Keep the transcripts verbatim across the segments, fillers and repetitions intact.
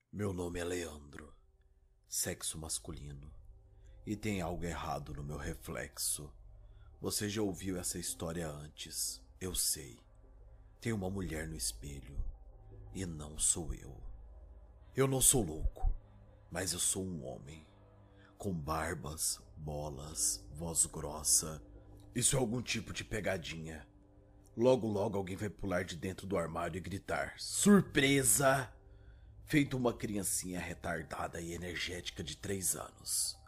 Meu nome é Leandro, sexo masculino, e tem algo errado no meu reflexo. Você já ouviu essa história antes, eu sei. Tem uma mulher no espelho, e não sou eu. Eu não sou louco, mas eu sou um homem, com barbas, bolas, voz grossa. Isso é algum tipo de pegadinha. Logo logo alguém vai pular de dentro do armário e gritar: surpresa! Feito uma criancinha retardada e energética de três anos.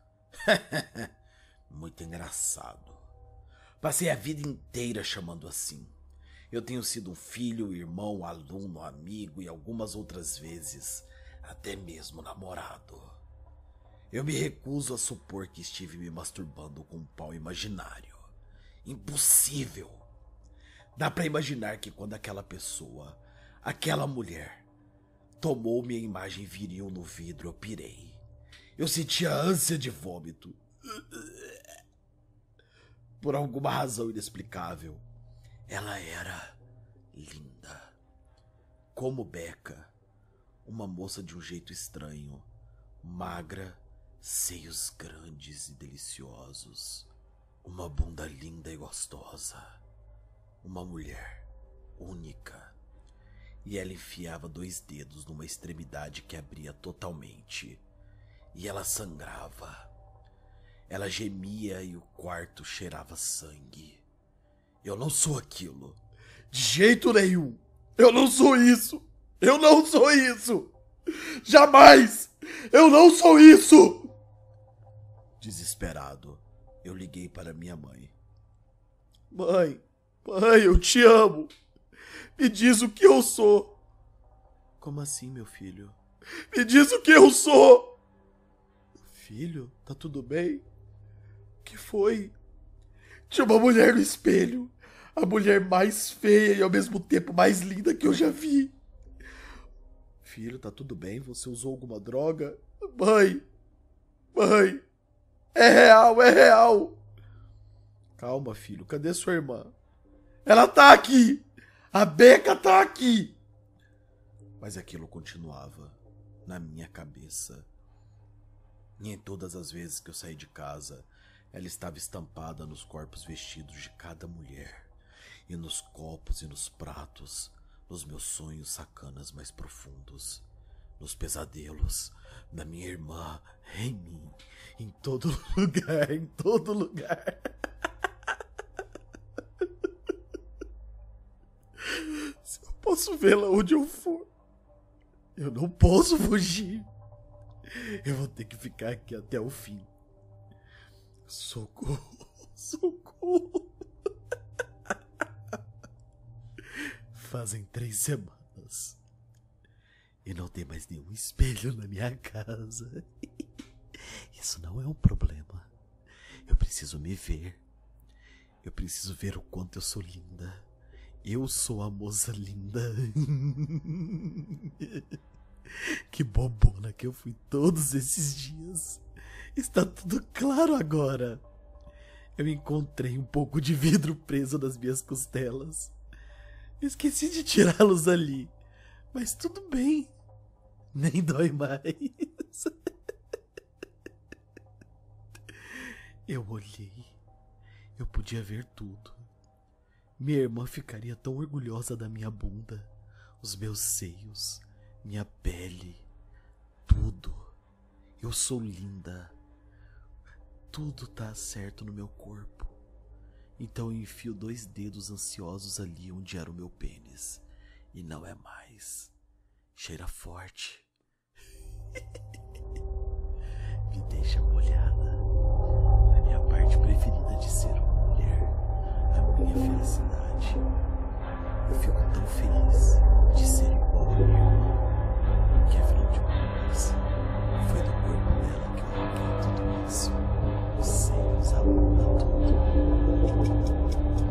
Muito engraçado. Passei a vida inteira chamando assim. Eu tenho sido um filho, irmão, aluno, amigo e algumas outras vezes até mesmo namorado. Eu me recuso a supor que estive me masturbando com um pau imaginário. Impossível! Dá pra imaginar que quando aquela pessoa, aquela mulher, tomou minha imagem viril no vidro, eu pirei. Eu sentia ânsia de vômito. Por alguma razão inexplicável, ela era linda. Como Becca, uma moça de um jeito estranho, magra, seios grandes e deliciosos, uma bunda linda e gostosa, uma mulher única. E ela enfiava dois dedos numa extremidade que abria totalmente. E ela sangrava. Ela gemia e o quarto cheirava sangue. Eu não sou aquilo. De jeito nenhum. Eu não sou isso. Eu não sou isso. Jamais. Eu não sou isso. Desesperado, eu liguei para minha mãe. Mãe, mãe, eu te amo. Me diz o que eu sou. Como assim, meu filho? Me diz o que eu sou. Filho, tá tudo bem? O que foi? Tinha uma mulher no espelho. A mulher mais feia e ao mesmo tempo mais linda que eu já vi. Filho, tá tudo bem? Você usou alguma droga? Mãe, mãe, é real, é real. Calma, filho, cadê sua irmã? Ela tá aqui. A Becca tá aqui! Mas aquilo continuava na minha cabeça. E em todas as vezes que eu saí de casa, ela estava estampada nos corpos vestidos de cada mulher, e nos copos e nos pratos, nos meus sonhos sacanas mais profundos, nos pesadelos da minha irmã, em mim, em todo lugar, em todo lugar. Posso vê-la onde eu for. Eu não posso fugir. Eu vou ter que ficar aqui até o fim. Socorro, socorro. Fazem três semanas e não tem mais nenhum espelho na minha casa. Isso não é um problema. Eu preciso me ver. Eu preciso ver o quanto eu sou linda. Eu sou a moça linda. Que bobona que eu fui todos esses dias. Está tudo claro agora. Eu encontrei um pouco de vidro preso nas minhas costelas. Esqueci de tirá-los ali. Mas tudo bem. Nem dói mais. Eu olhei. Eu podia ver tudo. Minha irmã ficaria tão orgulhosa da minha bunda, os meus seios, minha pele, tudo. Eu sou linda. Tudo tá certo no meu corpo. Então eu enfio dois dedos ansiosos ali onde era o meu pênis. E não é mais. Cheira forte. Me deixa molhada. A minha parte preferida de ser uma mulher. A minha felicidade. Eu fico tão feliz de ser igual a minha irmã, que afinal de contas foi do corpo dela que eu arranquei tudo isso. Os seios, a bunda, tudo.